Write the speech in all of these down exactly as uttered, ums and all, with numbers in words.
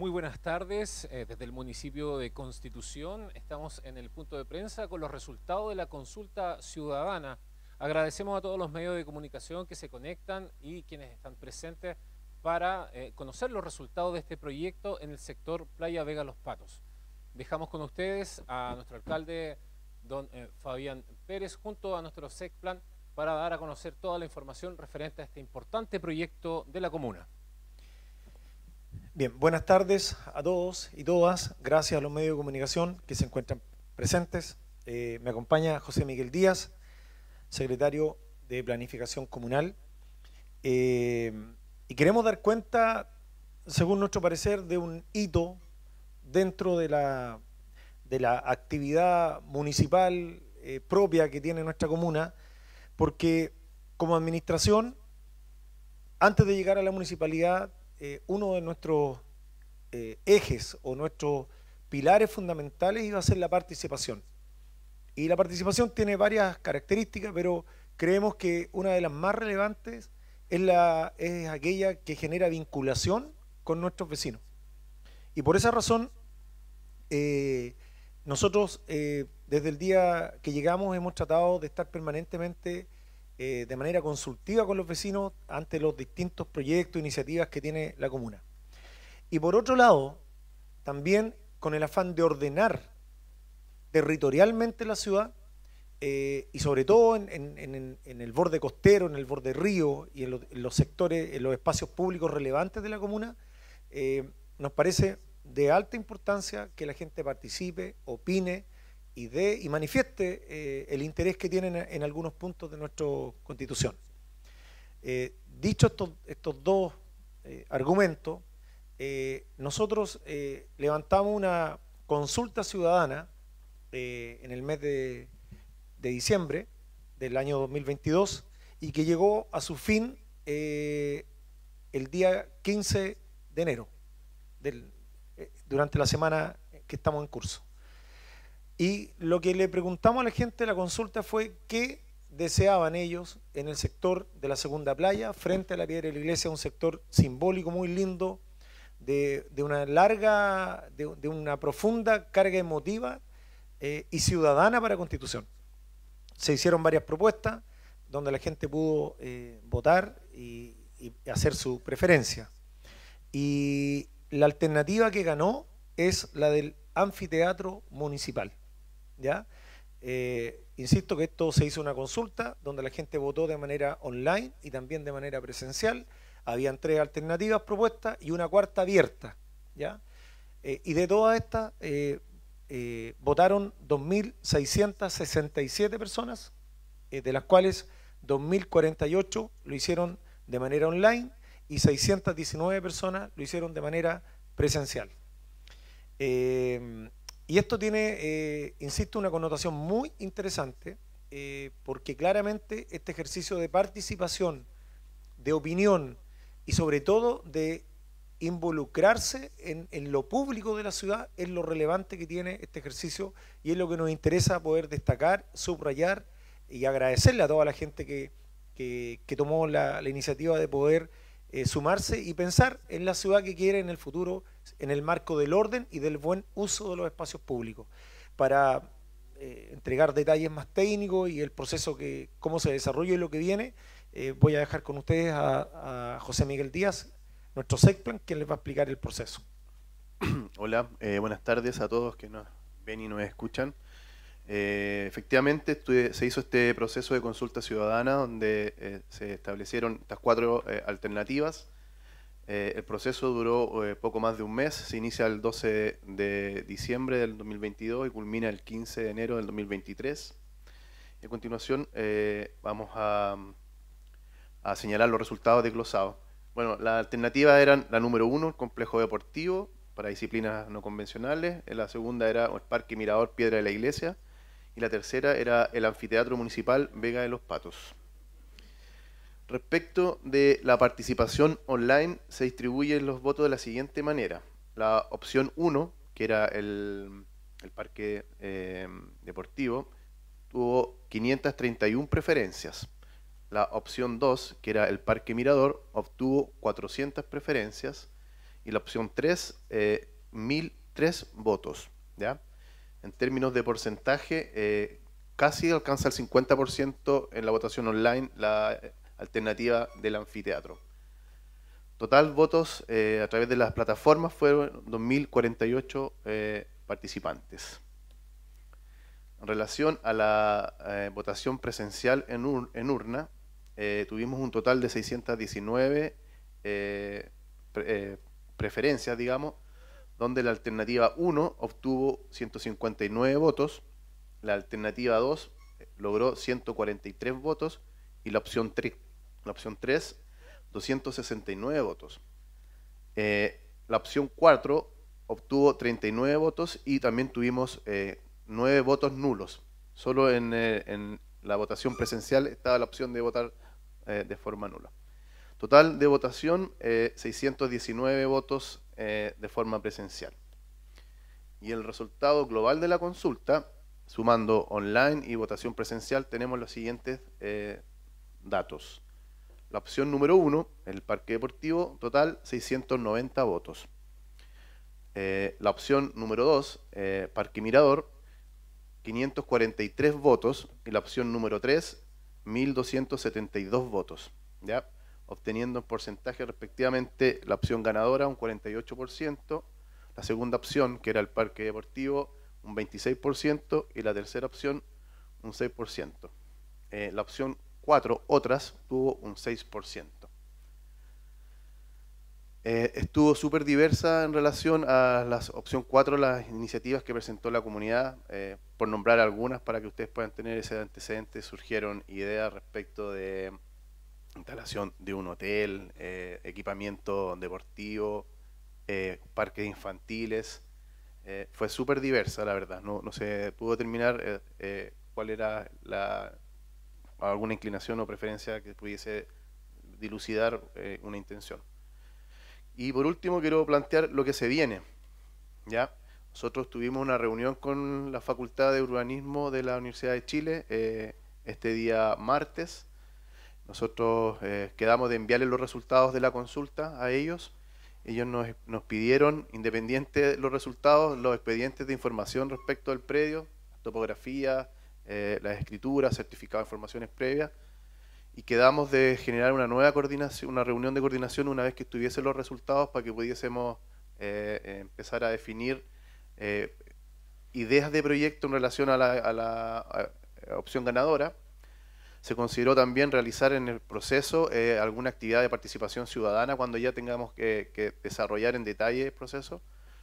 Muy buenas tardes, eh, desde el municipio de Constitución estamos en el punto de prensa con los resultados de la consulta ciudadana. Agradecemos a todos los medios de comunicación que se conectan y quienes están presentes para eh, conocer los resultados de este proyecto en el sector Playa Vega Los Patos. Dejamos con ustedes a nuestro alcalde, don eh, Fabián Pérez, junto a nuestro SECPLAN para dar a conocer toda la información referente a este importante proyecto de la comuna. Bien, buenas tardes a todos y todas. Gracias a los medios de comunicación que se encuentran presentes. Eh, me acompaña José Miguel Díaz, secretario de Planificación Comunal. Eh, y queremos dar cuenta, según nuestro parecer, de un hito dentro de la, de la actividad municipal eh, propia que tiene nuestra comuna, porque como administración, antes de llegar a la municipalidad, Eh, uno de nuestros eh, ejes o nuestros pilares fundamentales iba a ser la participación. Y la participación tiene varias características, pero creemos que una de las más relevantes es, la, es aquella que genera vinculación con nuestros vecinos. Y por esa razón, eh, nosotros eh, desde el día que llegamos hemos tratado de estar permanentemente Eh, de manera consultiva con los vecinos ante los distintos proyectos e iniciativas que tiene la comuna. Y por otro lado, también con el afán de ordenar territorialmente la ciudad eh, y sobre todo en, en, en, en el borde costero, en el borde río y en, lo, en los sectores, en los espacios públicos relevantes de la comuna, eh, nos parece de alta importancia que la gente participe, opine y, de, y manifieste eh, el interés que tienen en algunos puntos de nuestra Constitución. Eh, dicho estos, estos dos eh, argumentos, eh, nosotros eh, levantamos una consulta ciudadana eh, en el mes de, de diciembre del año dos mil veintidós y que llegó a su fin eh, el día quince de enero, del, eh, durante la semana que estamos en curso. Y lo que le preguntamos a la gente de la consulta fue qué deseaban ellos en el sector de la segunda playa, frente a la Piedra de la Iglesia, un sector simbólico muy lindo, de, de una larga, de, de una profunda carga emotiva eh, y ciudadana para Constitución. Se hicieron varias propuestas donde la gente pudo eh, votar y, y hacer su preferencia. Y la alternativa que ganó es la del anfiteatro municipal. ¿Ya? Eh, insisto que esto se hizo una consulta donde la gente votó de manera online y también de manera presencial. Habían tres alternativas propuestas y una cuarta abierta. ¿Ya? Eh, y de todas estas eh, eh, votaron dos mil seiscientas sesenta y siete personas, eh, de las cuales dos mil cuarenta y ocho lo hicieron de manera online y seiscientas diecinueve personas lo hicieron de manera presencial. Eh, Y esto tiene, eh, insisto, una connotación muy interesante eh, porque claramente este ejercicio de participación, de opinión y sobre todo de involucrarse en, en lo público de la ciudad es lo relevante que tiene este ejercicio y es lo que nos interesa poder destacar, subrayar y agradecerle a toda la gente que, que, que tomó la, la iniciativa de poder eh, sumarse y pensar en la ciudad que quiere en el futuro, en el marco del orden y del buen uso de los espacios públicos, para eh, entregar detalles más técnicos y el proceso, que cómo se desarrolla y lo que viene, eh, voy a dejar con ustedes a, a José Miguel Díaz, nuestro SECPLAN, quien les va a explicar el proceso. Hola, eh, buenas tardes a todos que nos ven y nos escuchan. Eh, efectivamente estuve, se hizo este proceso de consulta ciudadana donde eh, se establecieron estas cuatro eh, alternativas. Eh, el proceso duró eh, poco más de un mes, se inicia el doce de diciembre del dos mil veintidós y culmina el quince de enero del dos mil veintitrés. Y a continuación eh, vamos a, a señalar los resultados desglosados. Bueno, las alternativas eran la número uno, el complejo deportivo para disciplinas no convencionales, la segunda era el Parque Mirador Piedra de la Iglesia y la tercera era el Anfiteatro Municipal Vega de los Patos. Respecto de la participación online, se distribuyen los votos de la siguiente manera. La opción uno, que era el, el parque eh, deportivo, tuvo quinientas treinta y una preferencias. La opción dos, que era el parque Mirador, obtuvo cuatrocientas preferencias. y la opción tres, eh, mil tres votos. ¿Ya? En términos de porcentaje, eh, casi alcanza el cincuenta por ciento en la votación online la alternativa del anfiteatro. Total votos eh, a través de las plataformas fueron dos mil cuarenta y ocho eh, participantes. En relación a la eh, votación presencial en, ur en urna, eh, tuvimos un total de seiscientas diecinueve eh, pre eh, preferencias, digamos, donde la alternativa uno obtuvo ciento cincuenta y nueve votos, la alternativa dos logró ciento cuarenta y tres votos y la opción tres, la opción tres doscientos sesenta y nueve votos. Eh, la opción cuatro obtuvo treinta y nueve votos y también tuvimos eh, nueve votos nulos. Solo en, eh, en la votación presencial estaba la opción de votar eh, de forma nula. Total de votación, eh, seiscientos diecinueve votos eh, de forma presencial. Y el resultado global de la consulta, sumando online y votación presencial, tenemos los siguientes eh, datos. La opción número uno, el Parque Deportivo, total seiscientos noventa votos. Eh, la opción número dos, eh, Parque Mirador, quinientos cuarenta y tres votos. Y la opción número tres, mil doscientos setenta y dos votos. ¿Ya? Obteniendo en porcentaje respectivamente la opción ganadora un cuarenta y ocho por ciento, la segunda opción, que era el Parque Deportivo, un veintiséis por ciento, y la tercera opción, un seis por ciento. Eh, la opción cuatro, otras, tuvo un seis por ciento. Eh, estuvo súper diversa en relación a la opción cuatro, las iniciativas que presentó la comunidad. Eh, por nombrar algunas para que ustedes puedan tener ese antecedente, surgieron ideas respecto de instalación de un hotel, eh, equipamiento deportivo, eh, parques infantiles. Eh, fue súper diversa, la verdad. No, no se pudo determinar eh, eh, cuál era la, alguna inclinación o preferencia que pudiese dilucidar eh, una intención. Y por último quiero plantear lo que se viene. ¿Ya? Nosotros tuvimos una reunión con la Facultad de Urbanismo de la Universidad de Chile eh, este día martes. Nosotros eh, quedamos de enviarles los resultados de la consulta a ellos. Ellos nos, nos pidieron, independiente de los resultados, los expedientes de información respecto al predio, topografía, eh, las escrituras, certificados de informaciones previas, y quedamos de generar una nueva coordinación, una reunión de coordinación una vez que estuviesen los resultados para que pudiésemos eh, eh, empezar a definir eh, ideas de proyecto en relación a la, a la a opción ganadora. Se consideró también realizar en el proceso eh, alguna actividad de participación ciudadana cuando ya tengamos que, que desarrollar en detalle el proceso,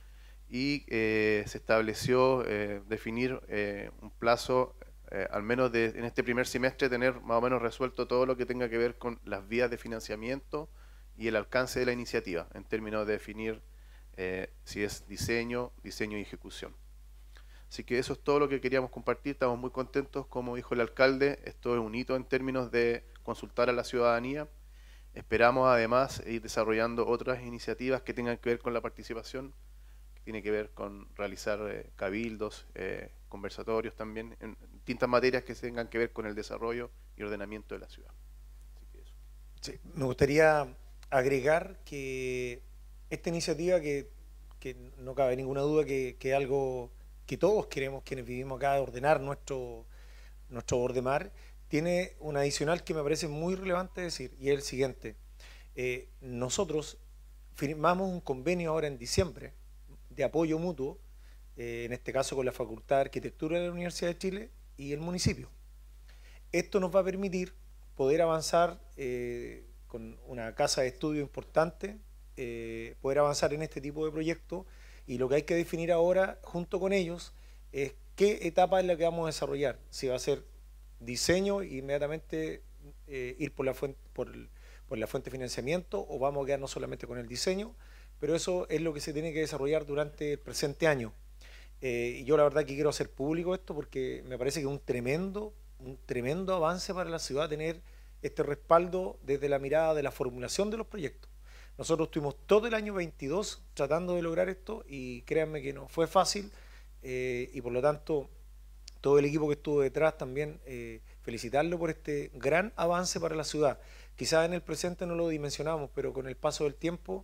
y eh, se estableció eh, definir eh, un plazo, eh, al menos de, en este primer semestre, tener más o menos resuelto todo lo que tenga que ver con las vías de financiamiento y el alcance de la iniciativa, en términos de definir eh, si es diseño, diseño y ejecución. Así que eso es todo lo que queríamos compartir. Estamos muy contentos, como dijo el alcalde, esto es un hito en términos de consultar a la ciudadanía. Esperamos además ir desarrollando otras iniciativas que tengan que ver con la participación, que tiene que ver con realizar eh, cabildos, eh, conversatorios también, en distintas materias que tengan que ver con el desarrollo y ordenamiento de la ciudad. Así que eso. Sí, me gustaría agregar que esta iniciativa, que, que no cabe ninguna duda que es algo que todos queremos, quienes vivimos acá, de ordenar nuestro, nuestro borde mar, tiene un adicional que me parece muy relevante decir, y es el siguiente. Eh, nosotros firmamos un convenio ahora en diciembre de apoyo mutuo, eh, en este caso con la Facultad de Arquitectura de la Universidad de Chile y el municipio. Esto nos va a permitir poder avanzar eh, con una casa de estudio importante, eh, poder avanzar en este tipo de proyectos. Y lo que hay que definir ahora, junto con ellos, es qué etapa es la que vamos a desarrollar. Si va a ser diseño e inmediatamente eh, ir por la, fuente, por, el, por la fuente de financiamiento, o vamos a quedarnos solamente con el diseño, pero eso es lo que se tiene que desarrollar durante el presente año. Eh, y yo la verdad que quiero hacer público esto porque me parece que es un tremendo, un tremendo avance para la ciudad tener este respaldo desde la mirada de la formulación de los proyectos. Nosotros estuvimos todo el año veintidós tratando de lograr esto y créanme que no fue fácil, eh, y por lo tanto todo el equipo que estuvo detrás también eh, felicitarlo por este gran avance para la ciudad. Quizás en el presente no lo dimensionamos, pero con el paso del tiempo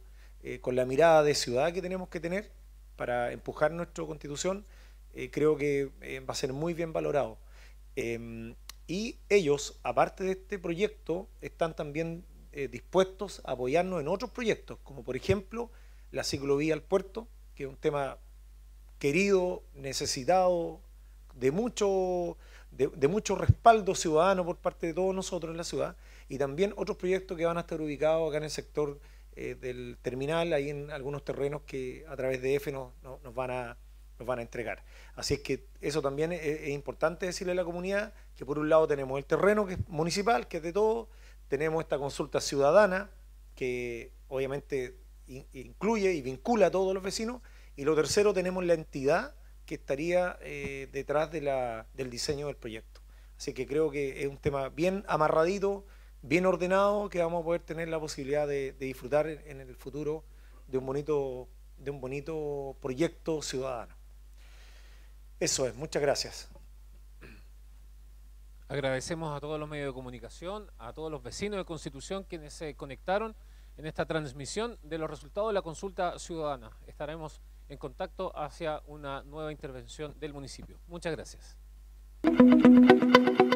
eh, con la mirada de ciudad que tenemos que tener para empujar nuestra constitución, eh, creo que eh, va a ser muy bien valorado. Eh, y ellos, aparte de este proyecto, están también eh, dispuestos a apoyarnos en otros proyectos, como por ejemplo la ciclovía al puerto, que es un tema querido, necesitado, de mucho, de, de mucho respaldo ciudadano por parte de todos nosotros en la ciudad, y también otros proyectos que van a estar ubicados acá en el sector eh, del terminal, ahí en algunos terrenos que a través de EFE nos, nos, nos, van a, nos van a entregar. Así es que eso también es, es importante decirle a la comunidad, que por un lado tenemos el terreno que es municipal, que es de todo, tenemos esta consulta ciudadana, que obviamente incluye y vincula a todos los vecinos, y lo tercero, tenemos la entidad que estaría eh, detrás de la, del diseño del proyecto. Así que creo que es un tema bien amarradito, bien ordenado, que vamos a poder tener la posibilidad de, de disfrutar en, en el futuro de un bonito, de un bonito proyecto ciudadano. Eso es, muchas gracias. Agradecemos a todos los medios de comunicación, a todos los vecinos de Constitución quienes se conectaron en esta transmisión de los resultados de la consulta ciudadana. Estaremos en contacto hacia una nueva intervención del municipio. Muchas gracias.